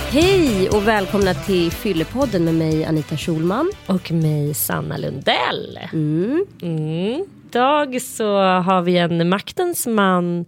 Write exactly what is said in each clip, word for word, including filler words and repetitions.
Hej och välkomna till Fyllepodden med mig Anita Schulman. Och mig Sanna Lundell. Mm. Mm. Idag så har vi en maktens man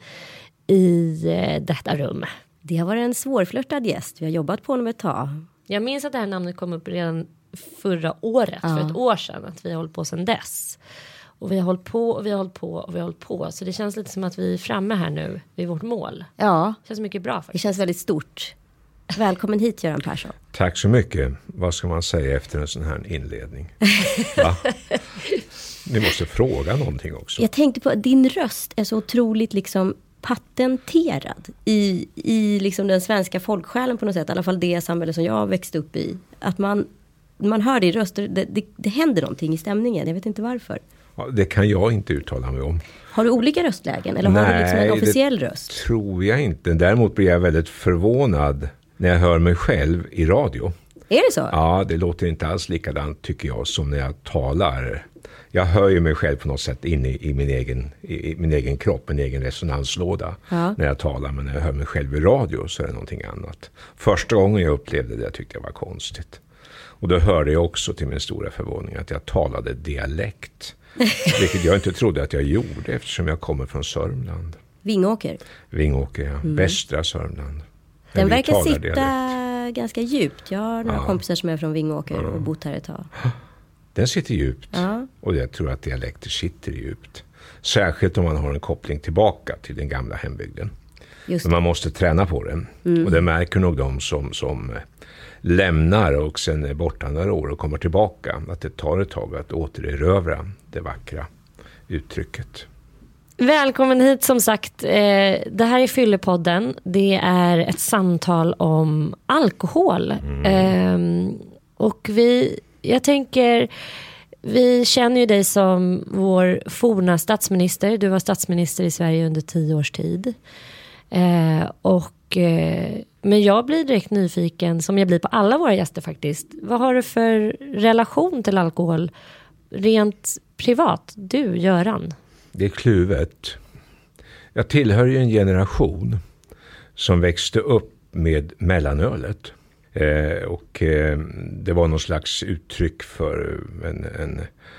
i detta rum. Det har varit en svårflörtad gäst. Vi har jobbat på honom ett tag. Jag minns att det här namnet kom upp redan förra året, ja. för ett år sedan. Att vi har hållit på sedan dess. Och vi har hållit på och vi har hållit på och vi har hållit på. Så det känns lite som att vi är framme här nu vid vårt mål. Ja. Det känns mycket bra faktiskt. Det känns väldigt stort. Välkommen hit, Göran Persson. Tack så mycket. Vad ska man säga efter en sån här inledning? Va? Ni måste fråga någonting också. Jag tänkte på att din röst är så otroligt liksom patenterad i, i liksom den svenska folksjälen på något sätt. I alla fall det samhälle som jag växte upp i. Att man, man hör din röst, det, det, det händer någonting i stämningen. Jag vet inte varför. Ja, det kan jag inte uttala mig om. Har du olika röstlägen? Eller Nej, har du liksom en officiell det röst? Tror jag inte. Däremot blir jag väldigt förvånad när jag hör mig själv i radio. Är det så? Ja, det låter inte alls likadant tycker jag som när jag talar. Jag hör ju mig själv på något sätt in i, i, min, egen, i, i min egen kropp, min egen resonanslåda ja. när jag talar. Men när jag hör mig själv i radio så är det någonting annat. Första gången jag upplevde det tyckte jag var konstigt. Och då hörde jag också till min stora förvåning att jag talade dialekt. Vilket jag inte trodde att jag gjorde eftersom jag kommer från Sörmland. Vingåker? Vingåker, ja. Mm. Västra Sörmland. Den verkar sitta dialekt. Ganska djupt. Jag har några ja. kompisar som är från Vingåker ja. och bott här ett tag. Den sitter djupt. Ja. Och jag tror att dialekter sitter djupt. Särskilt om man har en koppling tillbaka till den gamla hembygden. Just Men man måste träna på den. Mm. Och det märker nog de som, som lämnar och sen är borta några år och kommer tillbaka. Att det tar ett tag att återerövra det vackra uttrycket. Välkommen hit som sagt. Eh, det här är Fyllepodden. Det är ett samtal om alkohol. Mm. Eh, och vi, jag tänker, vi känner ju dig som vår forna statsminister. Du var statsminister i Sverige under tio års tid. Eh, och, eh, men jag blir direkt nyfiken, som jag blir på alla våra gäster faktiskt. Vad har du för relation till alkohol rent privat? Du, Göran. Det är kluvet. Jag tillhör ju en generation som växte upp med mellanölet. Eh, och eh, det var någon slags uttryck för en, en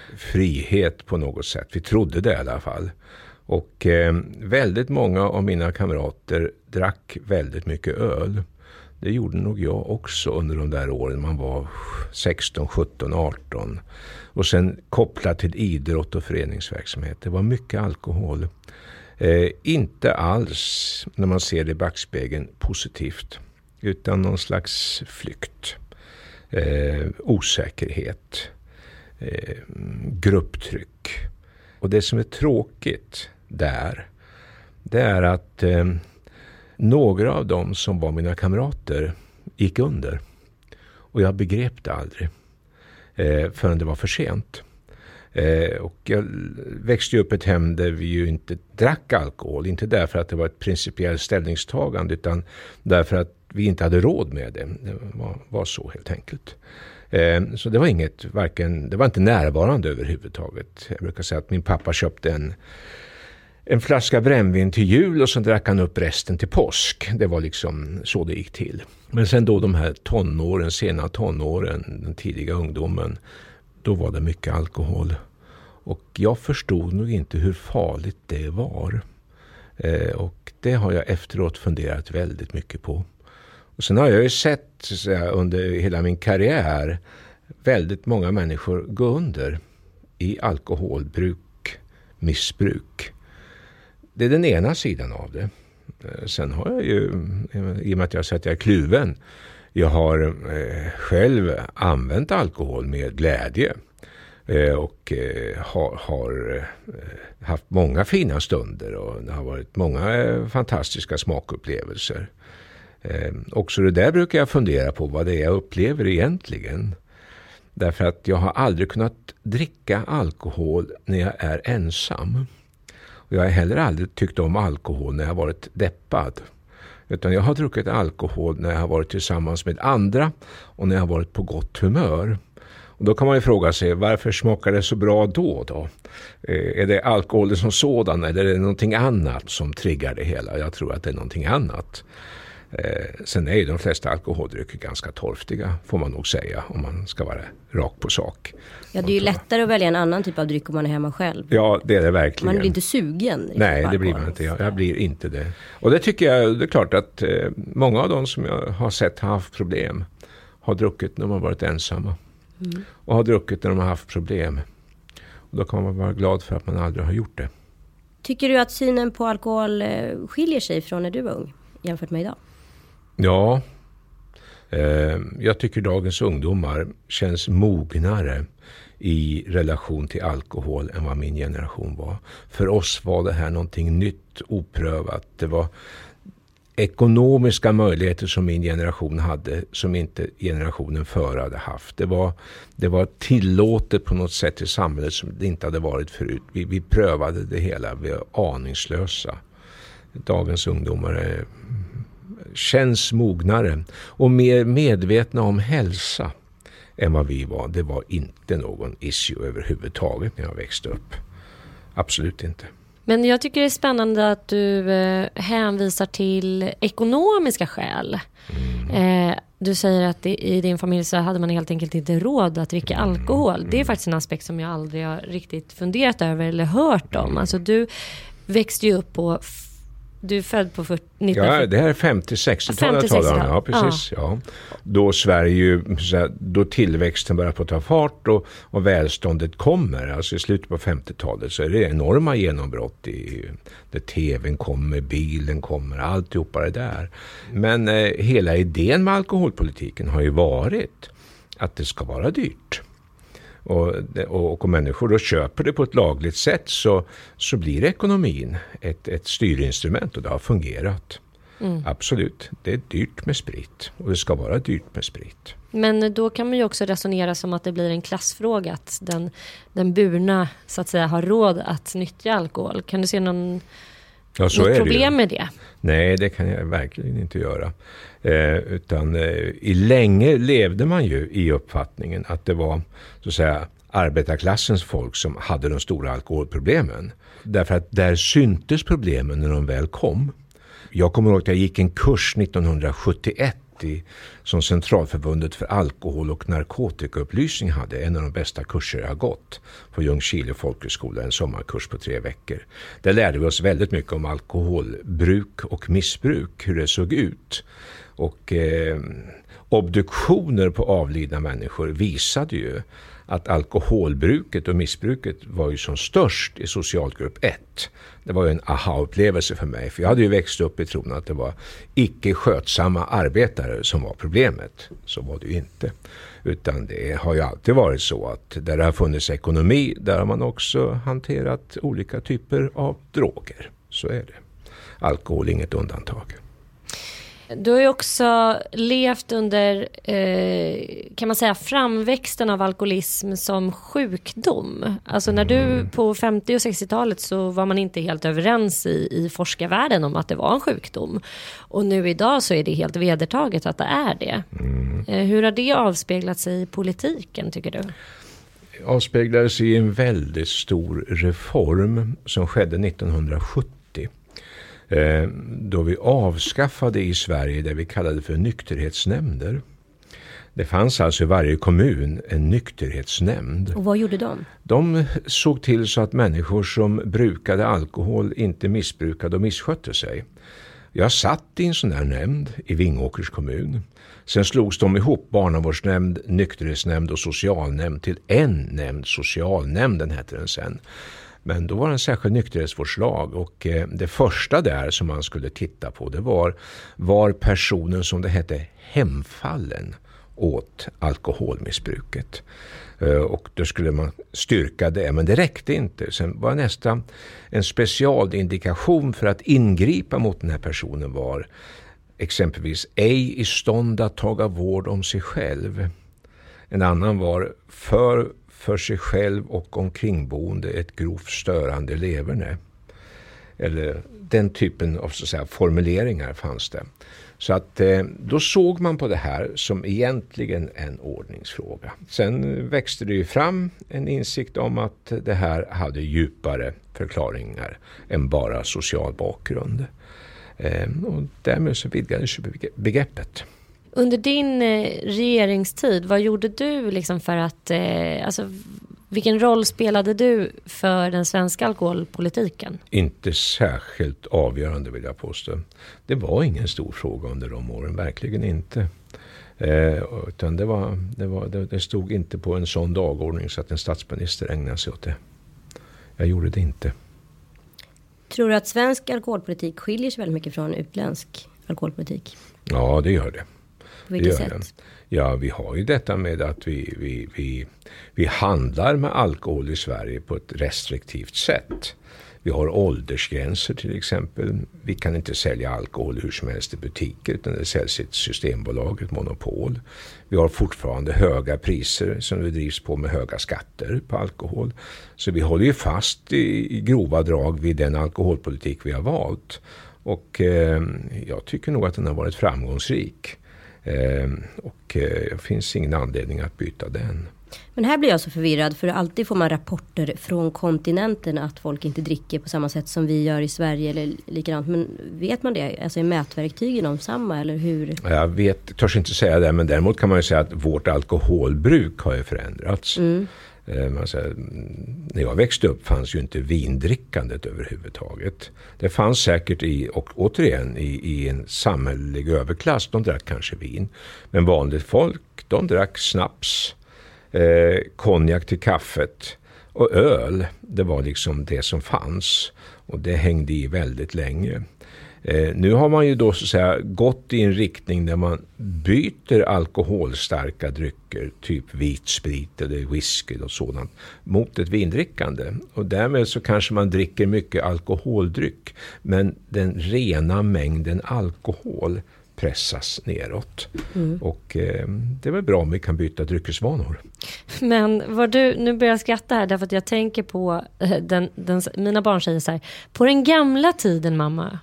frihet på något sätt. Vi trodde det i alla fall. Och eh, väldigt många av mina kamrater drack väldigt mycket öl. Det gjorde nog jag också under de där åren. Man var sexton, sjutton, arton. Och sen kopplat till idrott och föreningsverksamhet. Det var mycket alkohol. Eh, inte alls, när man ser det i backspegeln, positivt. Utan någon slags flykt. Eh, osäkerhet. Eh, grupptryck. Och det som är tråkigt där, det är att eh, några av dem som var mina kamrater gick under. Och jag begrep det aldrig. Eh, förrän det var för sent. Eh, och jag växte upp i ett hem där vi ju inte drack alkohol. Inte därför att det var ett principiellt ställningstagande, utan därför att vi inte hade råd med det. Det var, var så helt enkelt. Eh, så det var inget, varken, det var inte närvarande överhuvudtaget. Jag brukar säga att min pappa köpte en En flaska brännvin till jul och så drack han upp resten till påsk. Det var liksom så det gick till. Men sen då de här tonåren, sena tonåren, den tidiga ungdomen, då var det mycket alkohol. Och jag förstod nog inte hur farligt det var. Eh, och det har jag efteråt funderat väldigt mycket på. Och sen har jag ju sett så att säga, under hela min karriär väldigt många människor gå under i alkoholbruk, missbruk. Det är den ena sidan av det. Sen har jag ju, i och med att jag har sett att jag är kluven, jag har eh, själv använt alkohol med glädje. Eh, och eh, har, har eh, haft många fina stunder och det har varit många eh, fantastiska smakupplevelser. Eh, också det där brukar jag fundera på vad det är jag upplever egentligen. Därför att jag har aldrig kunnat dricka alkohol när jag är ensam. Och jag har heller aldrig tyckt om alkohol när jag har varit deppad. Utan jag har druckit alkohol när jag har varit tillsammans med andra och när jag har varit på gott humör. Och då kan man ju fråga sig, varför smakar det så bra då då? Eh, är det alkoholen som sådan eller är det någonting annat som triggar det hela? Jag tror att det är någonting annat. Eh, sen är ju de flesta alkoholdrycker ganska torftiga, får man nog säga, om man ska vara rak på sak. Ja, det är ju lättare att välja en annan typ av dryck om man är hemma själv. Ja, det är det verkligen. Man blir inte sugen. Nej, det blir man inte. Jag, jag blir inte det. Och det tycker jag, det är klart att eh, många av de som jag har sett har haft problem har druckit när de har varit ensamma. Mm. Och har druckit när de har haft problem. Och då kan man vara glad för att man aldrig har gjort det. Tycker du att synen på alkohol skiljer sig från när du var ung jämfört med idag? Ja, eh, jag tycker dagens ungdomar känns mognare i relation till alkohol än vad min generation var. För oss var det här någonting nytt, oprövat. Det var ekonomiska möjligheter som min generation hade som inte generationen före hade haft. Det var, det var tillåtet på något sätt i samhället som det inte hade varit förut. Vi, vi prövade det hela, vi är aningslösa. Dagens ungdomar är, känns mognare och mer medvetna om hälsa än vad vi var. Det var inte någon issue överhuvudtaget när jag växte upp. Absolut inte. Men jag tycker det är spännande att du eh, hänvisar till ekonomiska skäl. Mm. Eh, du säger att det, i din familj så hade man helt enkelt inte råd att dricka alkohol. Mm. Det är faktiskt en aspekt som jag aldrig har riktigt funderat över eller hört om. Alltså du växte ju upp på... Du är född på fyrtio, nittonhundrafyrtio. Ja, det här är femtio-sextiotalet talar om. Ja, precis. Ja. Ja. Då Sverige, då tillväxten börjar på att ta fart och, och välståndet kommer. Alltså i slutet på femtiotalet så är det enorma genombrott i där tvn kommer, bilen kommer, alltihopa det där. Men eh, hela idén med alkoholpolitiken har ju varit att det ska vara dyrt. Och, och om människor då köper det på ett lagligt sätt så, så blir ekonomin ett, ett styrinstrument och det har fungerat. Mm. Absolut, det är dyrt med sprit och det ska vara dyrt med sprit. Men då kan man ju också resonera som att det blir en klassfråga, att den, den burna så att säga har råd att nyttja alkohol. Kan du se någon, ja, så något är problem det med det? Nej, det kan jag verkligen inte göra. Eh, utan eh, i länge levde man ju i uppfattningen att det var så att säga arbetarklassens folk som hade de stora alkoholproblemen. Därför att där syntes problemen när de väl kom. Jag kommer ihåg att jag gick en kurs nittonhundrasjuttioett i, som Centralförbundet för alkohol- och narkotikaupplysning hade. En av de bästa kurser jag har gått på Ljungskile folkhögskola, en sommarkurs på tre veckor. Där lärde vi oss väldigt mycket om alkoholbruk och missbruk, hur det såg ut. Och eh, obduktioner på avlidna människor visade ju att alkoholbruket och missbruket var ju som störst i socialgrupp ett. Det var ju en aha-upplevelse för mig. För jag hade ju växt upp i tron att det var icke skötsamma arbetare som var problemet. Så var det ju inte. Utan det har ju alltid varit så att där det har funnits ekonomi, där har man också hanterat olika typer av droger. Så är det. Alkohol är inget undantag. Du har ju också levt under, eh, kan man säga, framväxten av alkoholism som sjukdom. Alltså när du på femtio- och sextiotalet så var man inte helt överens i, i forskarvärlden om att det var en sjukdom. Och nu idag så är det helt vedertaget att det är det. Mm. Eh, hur har det avspeglat sig i politiken, tycker du? Avspeglades i en väldigt stor reform som skedde nittonhundrasjuttio. Då vi avskaffade i Sverige det vi kallade för nykterhetsnämnder. Det fanns alltså i varje kommun en nykterhetsnämnd. Och vad gjorde de? De såg till så att människor som brukade alkohol inte missbrukade och misskötte sig. Jag satt i en sån där nämnd i Vingåkers kommun. Sen slogs de ihop, barnavårdsnämnd, nykterhetsnämnd och socialnämnd, till en nämnd. Socialnämnden hette den sen. Men då var det en särskild nykterhetsvårdslag och eh, det första där som man skulle titta på, det var var personen, som det hette, hemfallen åt alkoholmissbruket. Eh, och då skulle man styrka det, men det räckte inte. Sen var nästa en specialindikation för att ingripa mot den här personen var exempelvis ej i stånd att taga vård om sig själv. En annan var för för sig själv och omkringboende ett grovt störande leverne. Eller den typen av så att säga, formuleringar fanns det. Så att eh, då såg man på det här som egentligen en ordningsfråga. Sen växte det ju fram en insikt om att det här hade djupare förklaringar än bara social bakgrund. Eh, och därmed så vidgades begreppet. Under din eh, regeringstid, vad gjorde du liksom för att, eh, alltså, vilken roll spelade du för den svenska alkoholpolitiken? Inte särskilt avgörande vill jag påstå. Det var ingen stor fråga under de åren, verkligen inte. Eh, utan det, var, det, var, det, det stod inte på en sån dagordning så att en statsminister ägnade sig åt det. Jag gjorde det inte. Tror du att svensk alkoholpolitik skiljer sig väldigt mycket från utländsk alkoholpolitik? Ja, det gör det. På vilket det gör sätt? Det. Ja, vi har ju detta med att vi, vi, vi, vi handlar med alkohol i Sverige på ett restriktivt sätt. Vi har åldersgränser till exempel. Vi kan inte sälja alkohol hur som helst i butiker utan det säljs i ett systembolag, ett monopol. Vi har fortfarande höga priser som vi drivs på med höga skatter på alkohol. Så vi håller ju fast i, i grova drag vid den alkoholpolitik vi har valt. Och eh, jag tycker nog att den har varit framgångsrik. Eh, och eh, det finns ingen anledning att byta den. Men här blir jag så förvirrad för alltid får man rapporter från kontinenten att folk inte dricker på samma sätt som vi gör i Sverige eller likadant. Men vet man det? Alltså är mätverktygen om samma eller hur? Jag vet, törs inte säga det, men däremot kan man ju säga att vårt alkoholbruk har ju förändrats. Mm. Man säger, när jag växte upp fanns ju inte vindrickandet överhuvudtaget. Det fanns säkert i, och återigen i, i en samhällelig överklass, de drack kanske vin. Men vanligt folk, de drack snaps, eh, konjak till kaffet och öl. Det var liksom det som fanns och det hängde i väldigt länge. Eh, nu har man ju då så att säga gått i en riktning där man byter alkoholstarka drycker, typ vit sprit eller whisky och sådant, mot ett vindrickande. Och därmed så kanske man dricker mycket alkoholdryck, men den rena mängden alkohol pressas neråt. Mm. Och eh, det är väl bra om vi kan byta dryckesvanor. Men var du, nu börjar jag skratta här därför att jag tänker på den, den, mina barn säger så här, på den gamla tiden mamma,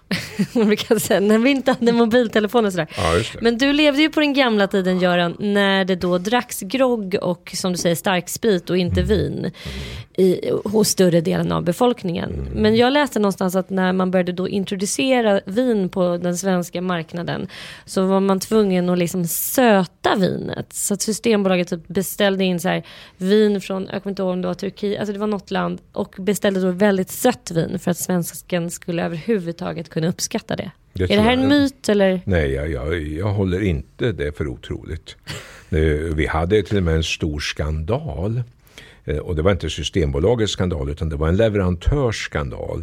säga, när vi inte hade mobiltelefon och sådär. Ja, men du levde ju på den gamla tiden Göran, när det då dracks grogg och som du säger stark sprit och inte mm. vin i, hos större delen av befolkningen. Mm. Men jag läste någonstans att när man började då introducera vin på den svenska marknaden så var man tvungen att liksom söta vinet. Så att Systembolaget typ beställde in så här vin från, jag kommer inte ihåg om det var Turkiet, alltså det var något land, och beställde då väldigt sött vin för att svensken skulle överhuvudtaget kunna uppskatta det. det är det här en myt eller? Nej, jag, jag, jag håller inte det för otroligt. Vi hade till och med en stor skandal. Och det var inte Systembolagets skandal utan det var en leverantörsskandal.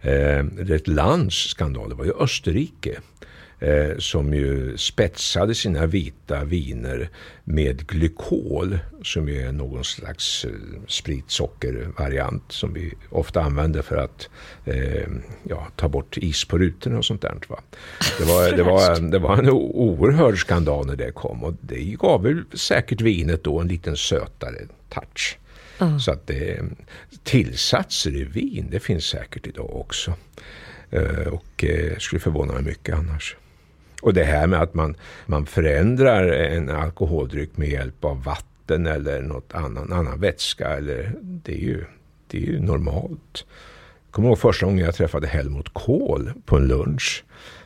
Ett lands skandal, det var ju Österrike. Eh, som ju spetsade sina vita viner med glykol som ju är någon slags eh, spritsockervariant som vi ofta använder för att eh, ja, ta bort is på rutorna och sånt där. Va? Det, var, det, var, det var en oerhörd skandal när det kom och det gav väl säkert vinet då en liten sötare touch. Uh. Så att det, tillsatser i vin, det finns säkert idag också. Eh, och eh, skulle förvåna mig mycket annars. Och det här med att man, man förändrar en alkoholdryck med hjälp av vatten eller något annan, annan vätska, eller, det, är ju, det är ju normalt. Jag kommer ihåg första gången jag träffade Helmut Kohl på en lunch.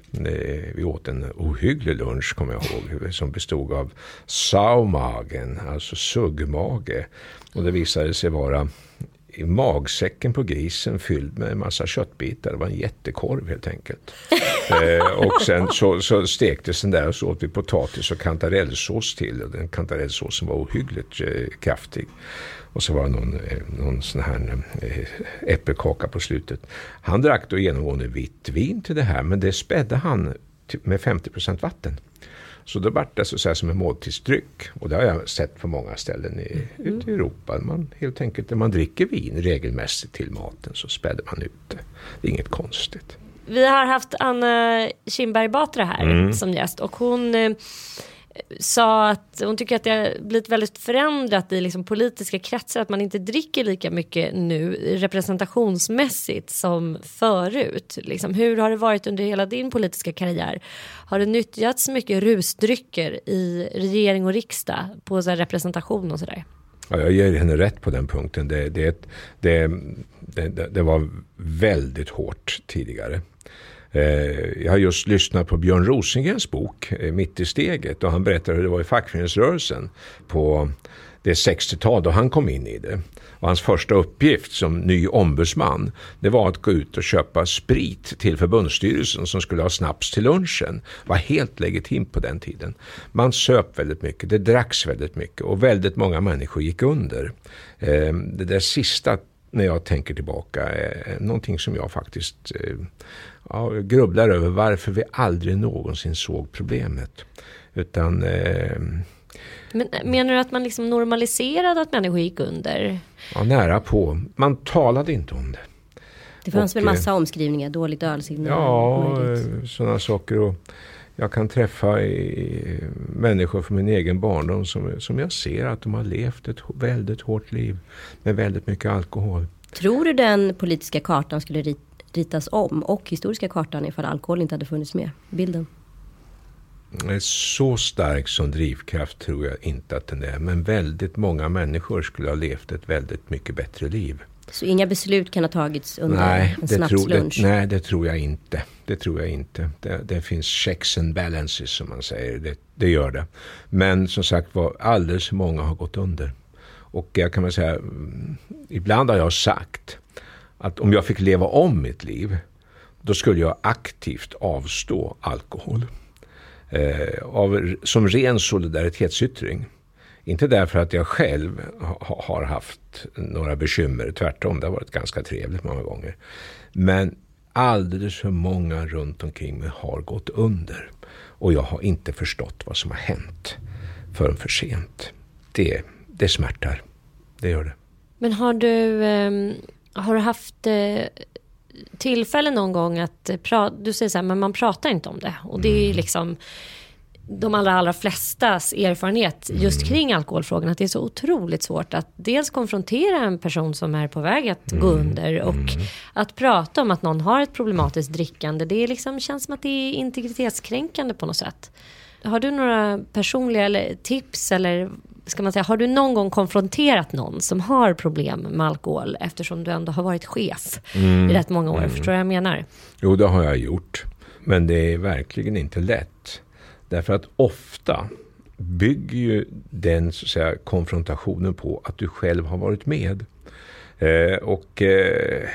Vi åt en ohygglig lunch, kommer jag ihåg, som bestod av saumagen, alltså suggmage. Och det visade sig vara i magsäcken på grisen fylld med en massa köttbitar. Det var en jättekorv helt enkelt. eh, och sen så, så stektes den där och så åt vi potatis och kantarellsås till. Och den kantarellsåsen var ohyggligt eh, kraftig. Och så var det någon, eh, någon sån här eh, äppelkaka på slutet. Han drack då genomgående vitt vin till det här, men det spädde han med femtio procent vatten. Så då var det så att säga som en måltidsdryck. Och det har jag sett på många ställen i, mm. ute i Europa. Man, helt enkelt när man dricker vin regelmässigt till maten så späder man ut det. Det är inget konstigt. Vi har haft Anna Kinberg Batra här mm. som gäst. Och hon eh, sa att hon tycker att det har blivit väldigt förändrat i liksom politiska kretsar. Att man inte dricker lika mycket nu representationsmässigt som förut. Liksom, hur har det varit under hela din politiska karriär? Har det nyttjats mycket rusdrycker i regering och riksdag på så här representation och sådär? Ja, jag ger henne rätt på den punkten. Det, det, det, det, det, det var väldigt hårt tidigare. Jag har just lyssnat på Björn Rosengrens bok Mitt i steget, och han berättar hur det var i fackföreningsrörelsen på det sextiotal då han kom in i det. Och hans första uppgift som ny ombudsman, det var att gå ut och köpa sprit till förbundsstyrelsen som skulle ha snaps till lunchen. Det var helt legitimt på den tiden. Man söp väldigt mycket, det dracks väldigt mycket och väldigt många människor gick under. Det där sista, när jag tänker tillbaka, är någonting som jag faktiskt ja, grubblar över, varför vi aldrig någonsin såg problemet. Utan... Eh, Men menar du att man liksom normaliserade att människor gick under? Ja, nära på. Man talade inte om det. Det fanns och, väl massa omskrivningar, dåligt ölsignal. Ja, sådana saker. Och jag kan träffa i, människor från min egen barndom som, som jag ser att de har levt ett väldigt hårt liv med väldigt mycket alkohol. Tror du den politiska kartan skulle rit, ritas om, och historiska kartan, ifall alkohol inte hade funnits med i bilden? Så stark som drivkraft tror jag inte att den är. Men väldigt många människor skulle ha levt ett väldigt mycket bättre liv. Så inga beslut kan ha tagits under nej, en det snapslunch? Tro, det, nej, det tror jag inte. Det tror jag inte. Det, det finns checks and balances som man säger. Det, det gör det. Men som sagt var, alldeles för många har gått under. Och jag kan väl säga, ibland har jag sagt att om jag fick leva om mitt liv, då skulle jag aktivt avstå alkohol. Eh, av, som ren solidaritetsyttring. Inte därför att jag själv ha, har haft några bekymmer, tvärtom, det har varit ganska trevligt många gånger. Men alldeles för många runt omkring mig har gått under, och jag har inte förstått vad som har hänt förrän för sent. Det, det smärtar, det gör det. Men har du, eh, har du haft... Eh... tillfälle någon gång att prata, du säger så här, men man pratar inte om det, och det är liksom de allra, allra flestas erfarenhet just kring alkoholfrågan, att det är så otroligt svårt att dels konfrontera en person som är på väg att mm. gå under, och mm. att prata om att någon har ett problematiskt drickande, det är liksom, känns som att det är integritetskränkande på något sätt. Har du några personliga eller tips, eller ska man säga, har du någon gång konfronterat någon som har problem med alkohol, eftersom du ändå har varit chef mm. i rätt många år? Mm. Förstår du vad jag menar? Jo, det har jag gjort. Men det är verkligen inte lätt. Därför att ofta bygger ju den, så att säga, konfrontationen på att du själv har varit med. Eh, och eh,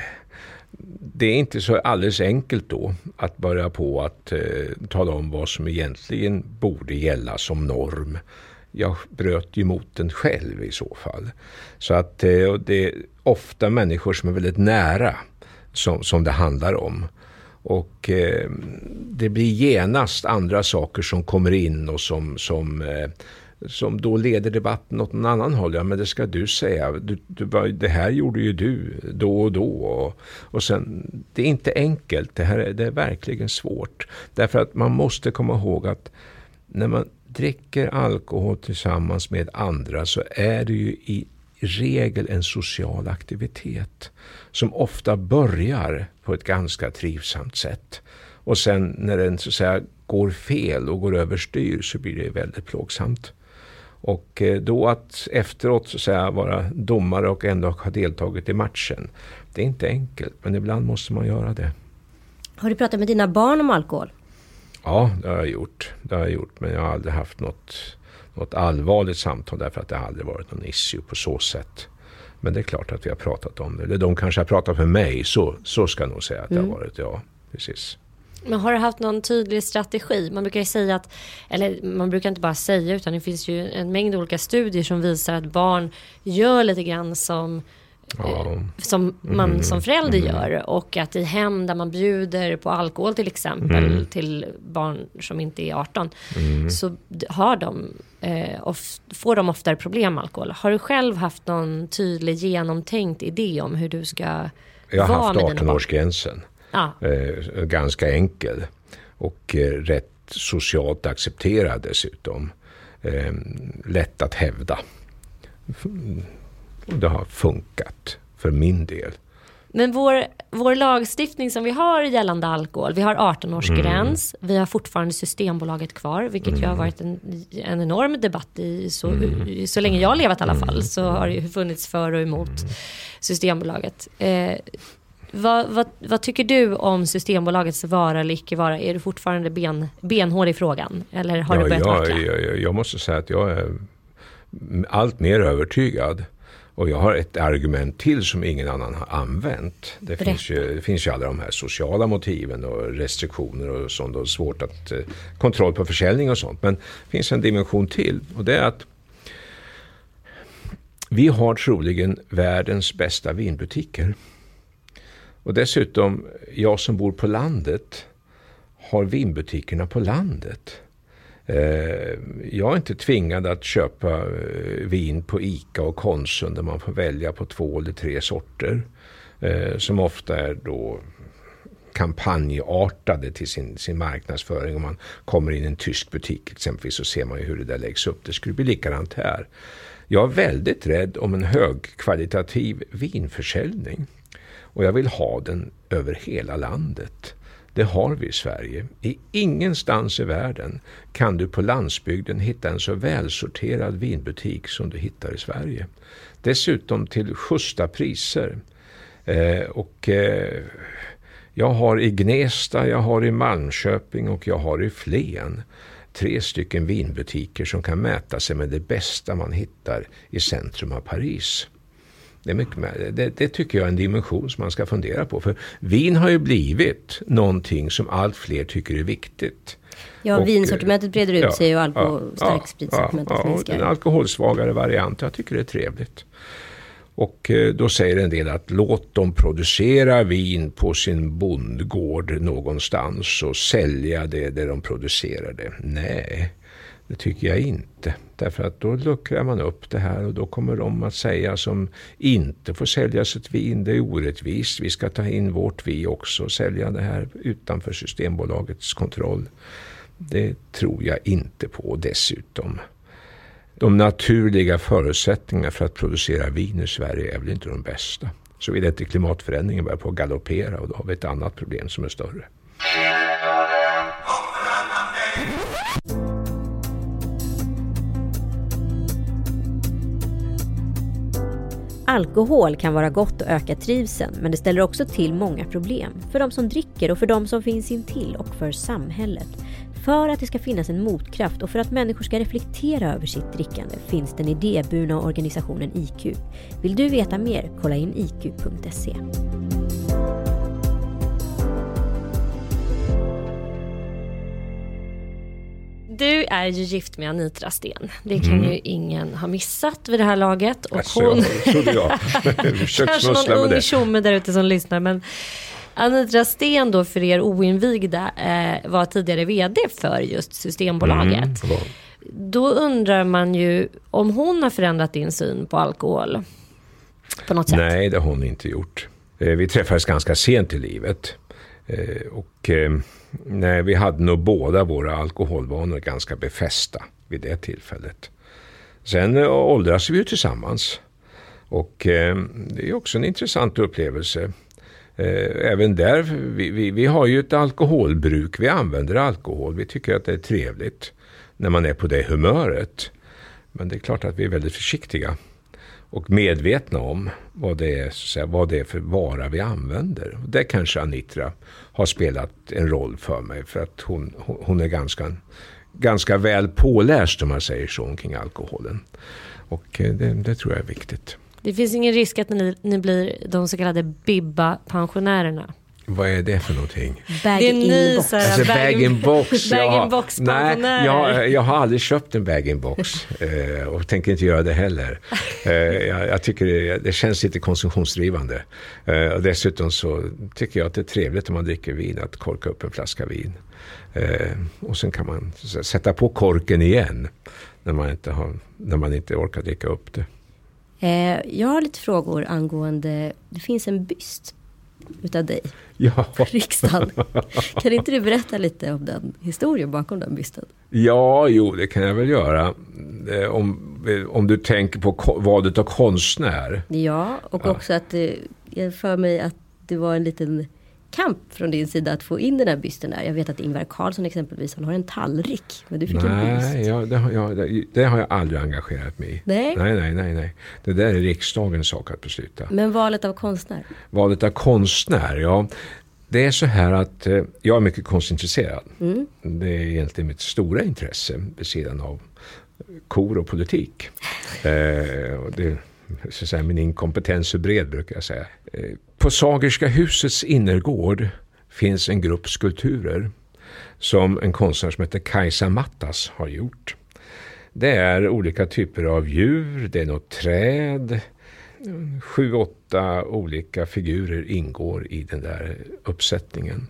det är inte så alldeles enkelt då att börja på att eh, tala om vad som egentligen borde gälla som norm. Jag bröt ju mot den själv i så fall. Så att eh, det är ofta människor som är väldigt nära som, som det handlar om. Och eh, det blir genast andra saker som kommer in och som, som, eh, som då leder debatten åt någon annan håll. Ja, men det ska du säga. Du, du, det här gjorde ju du då och då. Och, och sen, det är inte enkelt. Det här är, det är verkligen svårt. Därför att man måste komma ihåg att när man dricker alkohol tillsammans med andra, så är det ju i regel en social aktivitet som ofta börjar på ett ganska trivsamt sätt. Och sen när den, så att säga, går fel och går överstyr, så blir det väldigt plågsamt. Och då att efteråt, så att säga, vara domare och ändå ha deltagit i matchen, det är inte enkelt, men ibland måste man göra det. Har du pratat med dina barn om alkohol? Ja, det har jag gjort. Det har jag gjort, men jag har aldrig haft något, något allvarligt samtal, därför att det har aldrig varit någon issue på så sätt. Men det är klart att vi har pratat om det. Eller de kanske har pratat med mig, så, så ska jag nog säga att mm. det har varit, ja, precis. Men har du haft någon tydlig strategi? Man brukar ju säga att, eller man brukar inte bara säga, utan det finns ju en mängd olika studier som visar att barn gör lite grann som Ja. som man mm. som förälder mm. gör, och att i hem där man bjuder på alkohol till exempel mm. till barn som inte är arton mm. så har de eh, of, får de oftare problem med alkohol. Har du själv haft någon tydlig genomtänkt idé om hur du ska Jag har vara haft arton-årsgränsen ja. eh, ganska enkel och eh, rätt socialt accepterad dessutom, eh, lätt att hävda. Och det har funkat för min del. Men vår, vår lagstiftning som vi har gällande alkohol, vi har arton-årsgräns, mm. vi har fortfarande Systembolaget kvar, vilket mm. ju har varit en, en enorm debatt i så, mm. så länge jag har levat i alla fall, så har det ju funnits för och emot Systembolaget. Eh, vad, vad, vad tycker du om Systembolagets vara eller icke vara? Är du fortfarande ben, benhård i frågan? Eller har ja, du börjat vackla? Jag, jag, jag måste säga att jag är allt mer övertygad. Och jag har ett argument till som ingen annan har använt. Det finns ju, det finns ju alla de här sociala motiven och restriktioner och sånt. Och svårt att eh, kontroll på försäljning och sånt. Men det finns en dimension till. Och det är att vi har troligen världens bästa vinbutiker. Och dessutom, jag som bor på landet har vinbutikerna på landet. Jag är inte tvingad att köpa vin på Ica och Konsum där man får välja på två eller tre sorter som ofta är då kampanjartade till sin, sin marknadsföring. Om man kommer in i en tysk butik exempelvis så ser man ju hur det där läggs upp. Det skulle bli likadant här. Jag är väldigt rädd om en högkvalitativ vinförsäljning och jag vill ha den över hela landet. Det har vi i Sverige. I ingenstans i världen kan du på landsbygden hitta en så välsorterad vinbutik som du hittar i Sverige. Dessutom till justa priser. Eh, och eh, jag har i Gnesta, jag har i Malmköping och jag har i Flen tre stycken vinbutiker som kan mäta sig med det bästa man hittar i centrum av Paris. Det, är mycket, det, det tycker jag är en dimension som man ska fundera på. För vin har ju blivit någonting som allt fler tycker är viktigt. Ja, och vinsortimentet breder ut ja, sig och alkohol, ja, starkspritsortimentet ja, ja, minskar. En alkoholsvagare variant, jag tycker det är trevligt. Och då säger en del att låt dem producera vin på sin bondgård någonstans och sälja det där de producerar det. Nej, det tycker jag inte. Därför att då luckrar man upp det här och då kommer de att säga som inte får sälja sitt vin, det är orättvist. Vi ska ta in vårt vin också och sälja det här utanför Systembolagets kontroll. Det tror jag inte på dessutom. De naturliga förutsättningarna för att producera vin i Sverige är väl inte de bästa. Så vill inte klimatförändringen börja på att galoppera och då har vi ett annat problem som är större. Alkohol kan vara gott och öka trivseln, men det ställer också till många problem. För de som dricker och för de som finns intill och för samhället. För att det ska finnas en motkraft och för att människor ska reflektera över sitt drickande finns den idéburna organisationen I Q. Vill du veta mer? Kolla in i q punkt se. Du är ju gift med Anitra Sten. Det kan Mm. ju ingen ha missat vid det här laget. Och Alltså, hon... jag trodde jag. Kanske någon ung tjomme där ute som lyssnar. Men Anitra Sten då, för er oinvigda, eh, var tidigare vd för just Systembolaget. Mm, ja. Då undrar man ju om hon har förändrat din syn på alkohol på något sätt. Nej, det har hon inte gjort. Eh, vi träffades ganska sent i livet. Eh, och eh, nej, vi hade nog båda våra alkoholvanor ganska befästa vid det tillfället. Sen eh, åldras vi ju tillsammans. Och eh, det är också en intressant upplevelse. Eh, även där, vi, vi, vi har ju ett alkoholbruk. Vi använder alkohol. Vi tycker att det är trevligt när man är på det humöret. Men det är klart att vi är väldigt försiktiga och medvetna om vad det är, så att säga, vad det är för vara vi använder. Och det kanske Anitra har spelat en roll för mig, för att hon, hon är ganska, ganska väl påläst, om man säger så, kring alkoholen. Och det, det tror jag är viktigt. Det finns ingen risk att ni, ni blir de så kallade bibba-pensionärerna. Vad är det för någonting? Bag Det är in ny box. så här, Alltså bag-in-box. bag-in-box Nej, jag, jag har aldrig köpt en bag-in-box eh, och tänker inte göra det heller. Eh, jag, jag tycker det, det känns lite konsumtionsdrivande. Eh, och dessutom så tycker jag att det är trevligt om man dricker vin att korka upp en flaska vin. Eh, och sen kan man så, sätta på korken igen när man inte, har, när man inte orkar dricka upp det. Eh, jag har lite frågor angående, det finns en byst utav dig Ja. på riksdagen. Kan inte du berätta lite om den historien bakom den bysten? Ja, jo, det kan jag väl göra. Eh, Om, om du tänker på ko- vadet av konstnär. Ja, och Ja. också att det, jag för mig att det var en liten kamp från din sida att få in den här bysten där? Jag vet att Ingvar Carlsson exempelvis, han har en tallrik, men du fick nej, en byst. Ja, det, har jag, det, det har jag aldrig engagerat mig i. Nej. nej, nej, nej, nej. Det där är riksdagens sak att besluta. Men valet av konstnär? Valet av konstnär, ja. Det är så här att eh, jag är mycket konstintresserad. Mm. Det är egentligen mitt stora intresse vid sidan av kor och politik. eh, och det så att säga, min inkompetens är bred, brukar jag säga. Eh, på Sagerska husets innergård finns en grupp skulpturer som en konstnär som heter Kajsa Mattas har gjort. Det är olika typer av djur, det är något träd. Sju, åtta olika figurer ingår i den där uppsättningen.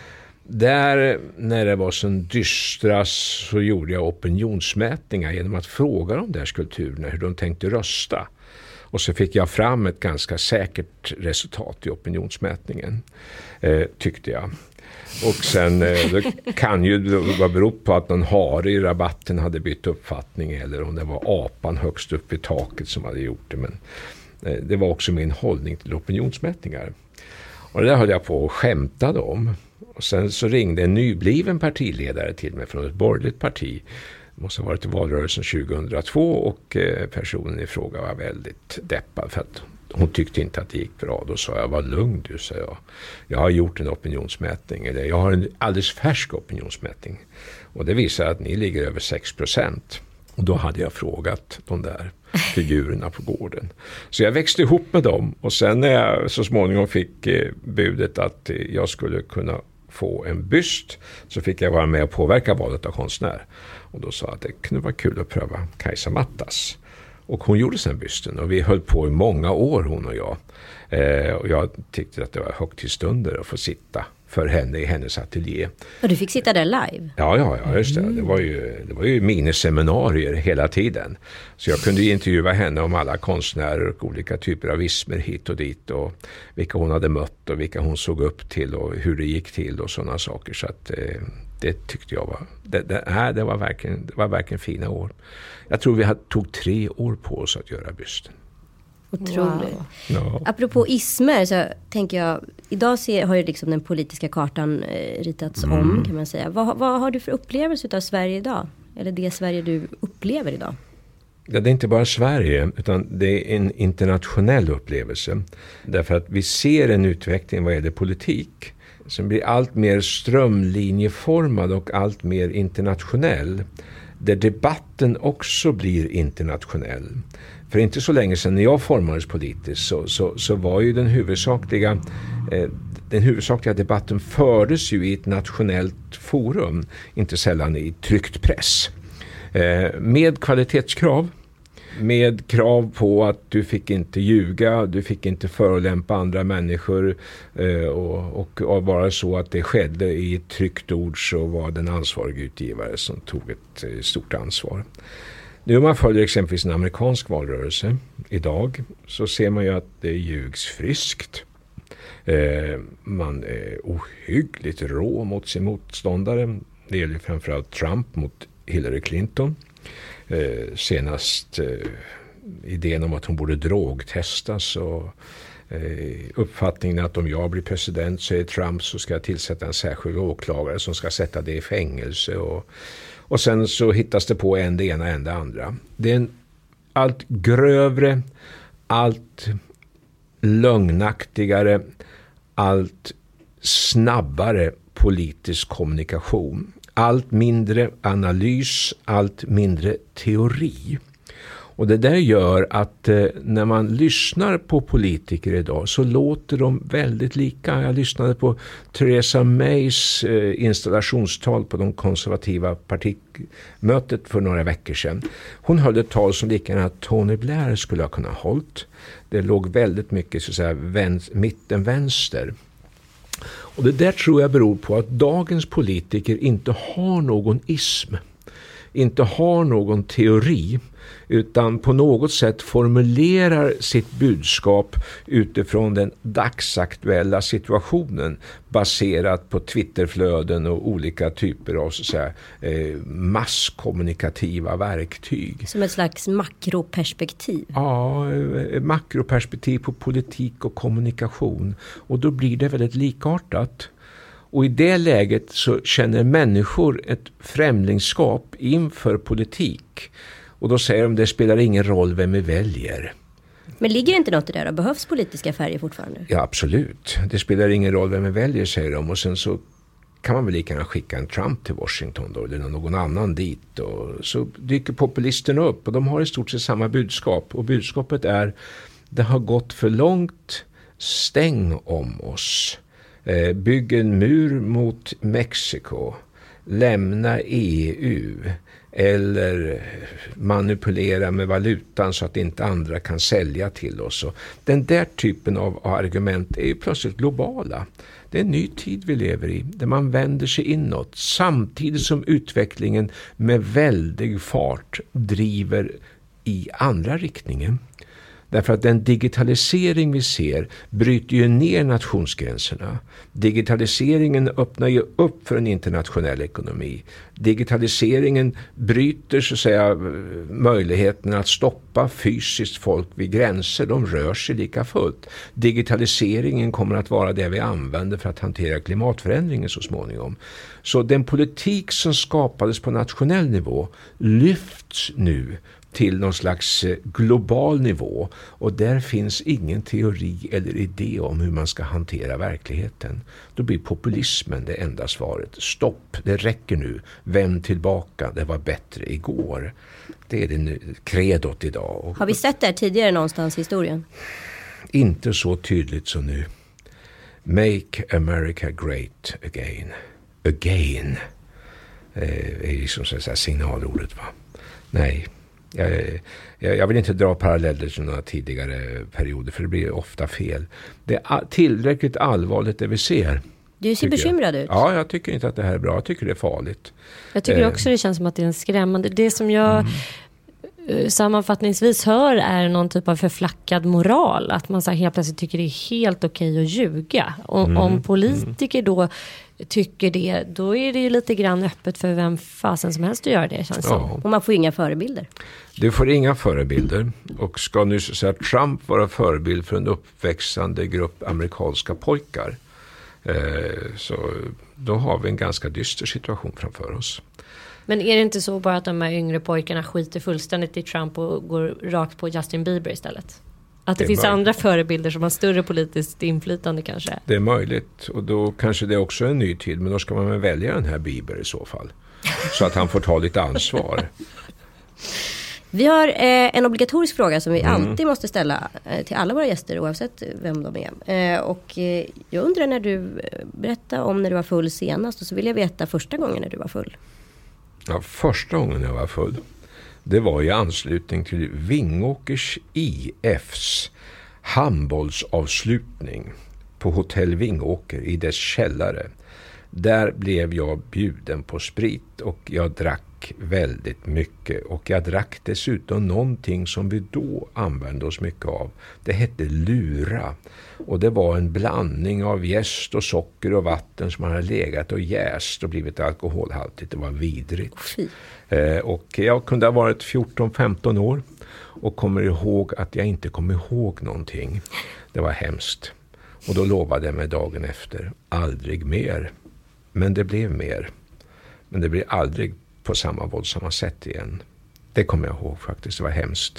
Där, när det var som dystrast, så gjorde jag opinionsmätningar genom att fråga de där skulpturerna hur de tänkte rösta. Och så fick jag fram ett ganska säkert resultat i opinionsmätningen, eh, tyckte jag. Och sen eh, det kan ju vara berott på att någon hare i rabatten hade bytt uppfattning, eller om det var apan högst upp i taket som hade gjort det. Men eh, det var också min hållning till opinionsmätningar. Och det där höll jag på och skämtade om. Och sen så ringde en nybliven partiledare till mig från ett borgerligt parti. Det måste ha varit i valrörelsen tjugohundratvå, och eh, personen i fråga var väldigt deppad för att hon tyckte inte att det gick bra. Då sa jag, var lugn du, sa jag. Jag har gjort en opinionsmätning, eller jag har en alldeles färsk opinionsmätning. Och det visar att ni ligger över sex procent. Och då hade jag frågat de där figurerna på gården. Så jag växte ihop med dem, och sen när jag så småningom fick eh, budet att eh, jag skulle kunna få en byst, så fick jag vara med och påverka valet av konstnär. Och då sa jag att det kunde vara kul att pröva Kajsa Mattas. Och hon gjorde sen bysten, och vi höll på i många år, hon och jag. Eh, och jag tyckte att det var högtidsstunder att få sitta för henne i hennes ateljé. Och du fick sitta där live? Ja, ja, ja just det. Mm. Det var ju, det var ju miniseminarier hela tiden. Så jag kunde ju intervjua henne om alla konstnärer och olika typer av ismer hit och dit. Och vilka hon hade mött och vilka hon såg upp till och hur det gick till och sådana saker. Så att eh, det tyckte jag var... Det, det, här, det, var verkligen, det var verkligen fina år. Jag tror vi hade, tog tre år på oss att göra bysten. Otroligt. Wow. Ja. Apropå ismer, så tänker jag, idag ser, har ju liksom den politiska kartan eh, ritats mm. om, kan man säga. Vad, vad har du för upplevelse av Sverige idag? Eller det Sverige du upplever idag? Ja, det är inte bara Sverige, utan det är en internationell upplevelse. Därför att vi ser en utveckling vad gäller politik som blir allt mer strömlinjeformad och allt mer internationell. Där debatten också blir internationell. För inte så länge sedan när jag formades politiskt så, så, så var ju den huvudsakliga, eh, den huvudsakliga debatten fördes ju i ett nationellt forum, inte sällan i tryckt press. Eh, med kvalitetskrav, med krav på att du fick inte ljuga, du fick inte förolämpa andra människor eh, och, och, och bara så att det skedde i ett tryckt ord, så var den ansvarig utgivare som tog ett eh, stort ansvar. Nu om man följer exempelvis en amerikansk valrörelse idag, så ser man ju att det ljugs friskt. Eh, man är ohyggligt rå mot sin motståndare. Det gäller framförallt Trump mot Hillary Clinton. Eh, senast eh, idén om att hon borde drogtestas, och eh, uppfattningen att om jag blir president, säger Trump, så ska jag tillsätta en särskild åklagare som ska sätta det i fängelse, och Och sen så hittas det på en det ena en det andra. Det är en allt grövre, allt lögnaktigare, allt snabbare politisk kommunikation. Allt mindre analys, allt mindre teori. Och det där gör att eh, när man lyssnar på politiker idag så låter de väldigt lika. Jag lyssnade på Theresa Mays eh, installationstal på de konservativa partimötet för några veckor sedan. Hon höll ett tal som lika gärna Tony Blair skulle ha kunnat hållit. Det låg väldigt mycket så att säga väns- mitten-vänster. Och det där tror jag beror på att dagens politiker inte har någon ism. inte har någon teori utan på något sätt formulerar sitt budskap utifrån den dagsaktuella situationen baserat på Twitterflöden och olika typer av så att säga, eh, masskommunikativa verktyg. Som ett slags makroperspektiv. Ja, eh, makroperspektiv på politik och kommunikation. Och då blir det väldigt likartat. Och i det läget så känner människor ett främlingskap inför politik. Och då säger de det spelar ingen roll vem vi väljer. Men ligger inte något i det där? Behövs politiska färger fortfarande? Ja, absolut. Det spelar ingen roll vem vi väljer, säger de. Och sen så kan man väl lika gärna skicka en Trump till Washington då, eller någon annan dit. Och så dyker populisterna upp och de har i stort sett samma budskap. Och budskapet är, det har gått för långt, stäng om oss. Eh, bygg en mur mot Mexiko. Lämna E U. Eller manipulera med valutan så att inte andra kan sälja till oss. Och den där typen av argument är ju plötsligt globala. Det är en ny tid vi lever i där man vänder sig inåt samtidigt som utvecklingen med väldig fart driver i andra riktningen. Därför att den digitalisering vi ser bryter ju ner nationsgränserna. Digitaliseringen öppnar ju upp för en internationell ekonomi. Digitaliseringen bryter så att säga möjligheten att stoppa fysiskt folk vid gränser. De rör sig lika fullt. Digitaliseringen kommer att vara det vi använder för att hantera klimatförändringen så småningom. Så den politik som skapades på nationell nivå lyfts nu till någon slags global nivå och där finns ingen teori eller idé om hur man ska hantera verkligheten. Då blir populismen det enda svaret. Stopp, det räcker nu. Vänd tillbaka, det var bättre igår. Det är det kredot idag. Har vi sett det tidigare någonstans i historien? Inte så tydligt som nu. Make America great again. Again. Eh, är liksom så att säga signalordet, va? Nej. Jag, jag, jag vill inte dra paralleller till några tidigare perioder för det blir ofta fel. Det är tillräckligt allvarligt det vi ser. Du ser bekymrad ut. Ja, jag tycker inte att det här är bra. Jag tycker det är farligt. Jag tycker också det känns som att det är en skrämmande. Det som jag mm. sammanfattningsvis hör är någon typ av förflackad moral. Att man så här helt plötsligt tycker det är helt okej att ljuga. Och mm. om politiker då tycker det, då är det ju lite grann öppet för vem fasen som helst att göra det, känns ja. Och man får inga förebilder. Du får inga förebilder. Och ska nu säga att Trump vara förebild för en uppväxande grupp amerikanska pojkar, eh, så då har vi en ganska dyster situation framför oss. Men är det inte så bara att de här yngre pojkarna skiter fullständigt i Trump och går rakt på Justin Bieber istället? Att det, det finns möjligt. Andra förebilder som har större politiskt inflytande kanske? Det är möjligt. Och då kanske det är också en ny tid. Men då ska man väl välja den här Bieber i så fall. Så att han får ta lite ansvar. Vi har eh, en obligatorisk fråga som vi mm. alltid måste ställa eh, till alla våra gäster oavsett vem de är. Eh, och eh, jag undrar när du berättade om när du var full senast. Och så vill jag veta första gången när du var full. Ja, första gången jag var full. Det var i anslutning till Vingåkers I F:s handbollsavslutning på Hotell Vingåker i dess källare. Där blev jag bjuden på sprit och jag drack väldigt mycket. Och jag drack dessutom någonting som vi då använde oss mycket av. Det hette lura. Och det var en blandning av jäst och socker och vatten som hade legat och jäst och blivit alkoholhaltigt. Det var vidrigt. Eh, och jag kunde ha varit fjorton femton år och kommer ihåg att jag inte kom ihåg någonting. Det var hemskt. Och då lovade jag mig dagen efter, aldrig mer. Men det blev mer. Men det blir aldrig på samma våldsamma sätt igen. Det kommer jag ihåg faktiskt, det var hemskt.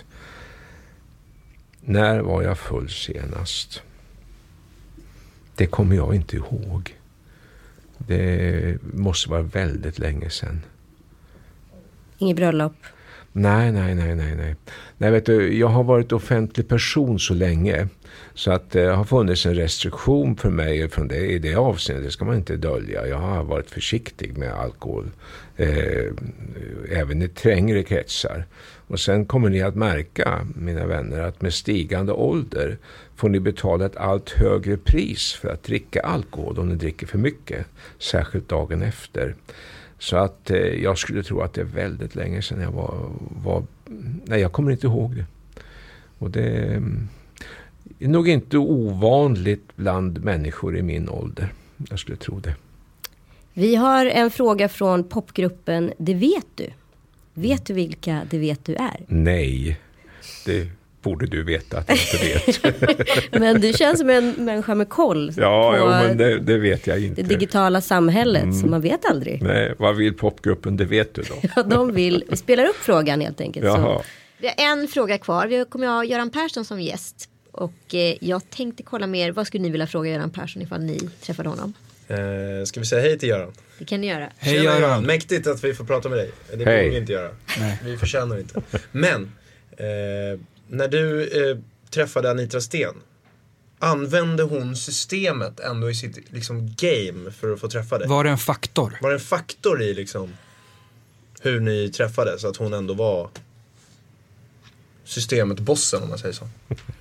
När var jag full senast? Det kommer jag inte ihåg. Det måste vara väldigt länge sedan. Inget bröllop? Nej, nej, nej, nej, nej. Nej, vet du, jag har varit offentlig person så länge så att det har funnits en restriktion för mig från det. I det avseendet, det ska man inte dölja. Jag har varit försiktig med alkohol. Eh, även i trängre kretsar. Och sen kommer ni att märka, mina vänner, att med stigande ålder får ni betala ett allt högre pris för att dricka alkohol om ni dricker för mycket. Särskilt dagen efter. Så att eh, jag skulle tro att det är väldigt länge sedan jag var, var... Nej, jag kommer inte ihåg det. Och det är nog inte ovanligt bland människor i min ålder. Jag skulle tro det. Vi har en fråga från popgruppen Det vet du. Vet du vilka Det vet du är? Nej, det borde du veta att jag inte vet. Men du känns som en människa med koll ja, på jo, men det, det vet jag inte. det digitala samhället, mm. så man vet aldrig. Nej, vad vill popgruppen? Det vet du då. Ja, de vill, vi spelar upp frågan helt enkelt. Jaha. Så. Vi har en fråga kvar. Vi kommer ha Göran Persson som gäst. Och eh, jag tänkte kolla mer. Vad skulle ni vilja fråga Göran Persson ifall ni träffade honom? Eh, ska vi säga hej till Göran? Det kan ni göra. Hej Göran. Mäktigt att vi får prata med dig. Det borde vi inte göra. Nej. Vi förtjänar inte. Men eh, när du eh, träffade Anitra Sten, använde hon systemet ändå i sitt liksom game för att få träffa dig? Var det en faktor? Var det en faktor i liksom hur ni träffades, så att hon ändå var systemet bossen, om man säger så?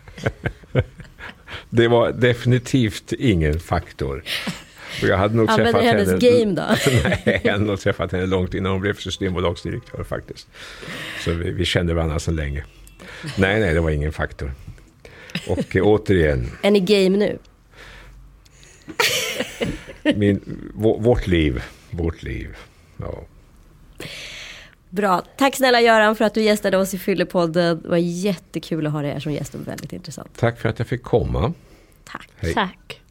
Det var definitivt ingen faktor. Och jag hade nog Använder träffat hennes henne, game då? Nej, jag hade nog träffat henne långt innan hon blev systembolagsdirektör faktiskt. Så vi, vi kände varandra så länge. Nej, nej, det var ingen faktor. Och eh, återigen. Är ni game nu? Min, v- vårt liv, vårt liv, ja. Bra. Tack snälla Göran för att du gästade oss i Fyllepodden. Det var jättekul att ha dig här som gäst och väldigt intressant. Tack för att jag fick komma. Tack. Hej. Tack.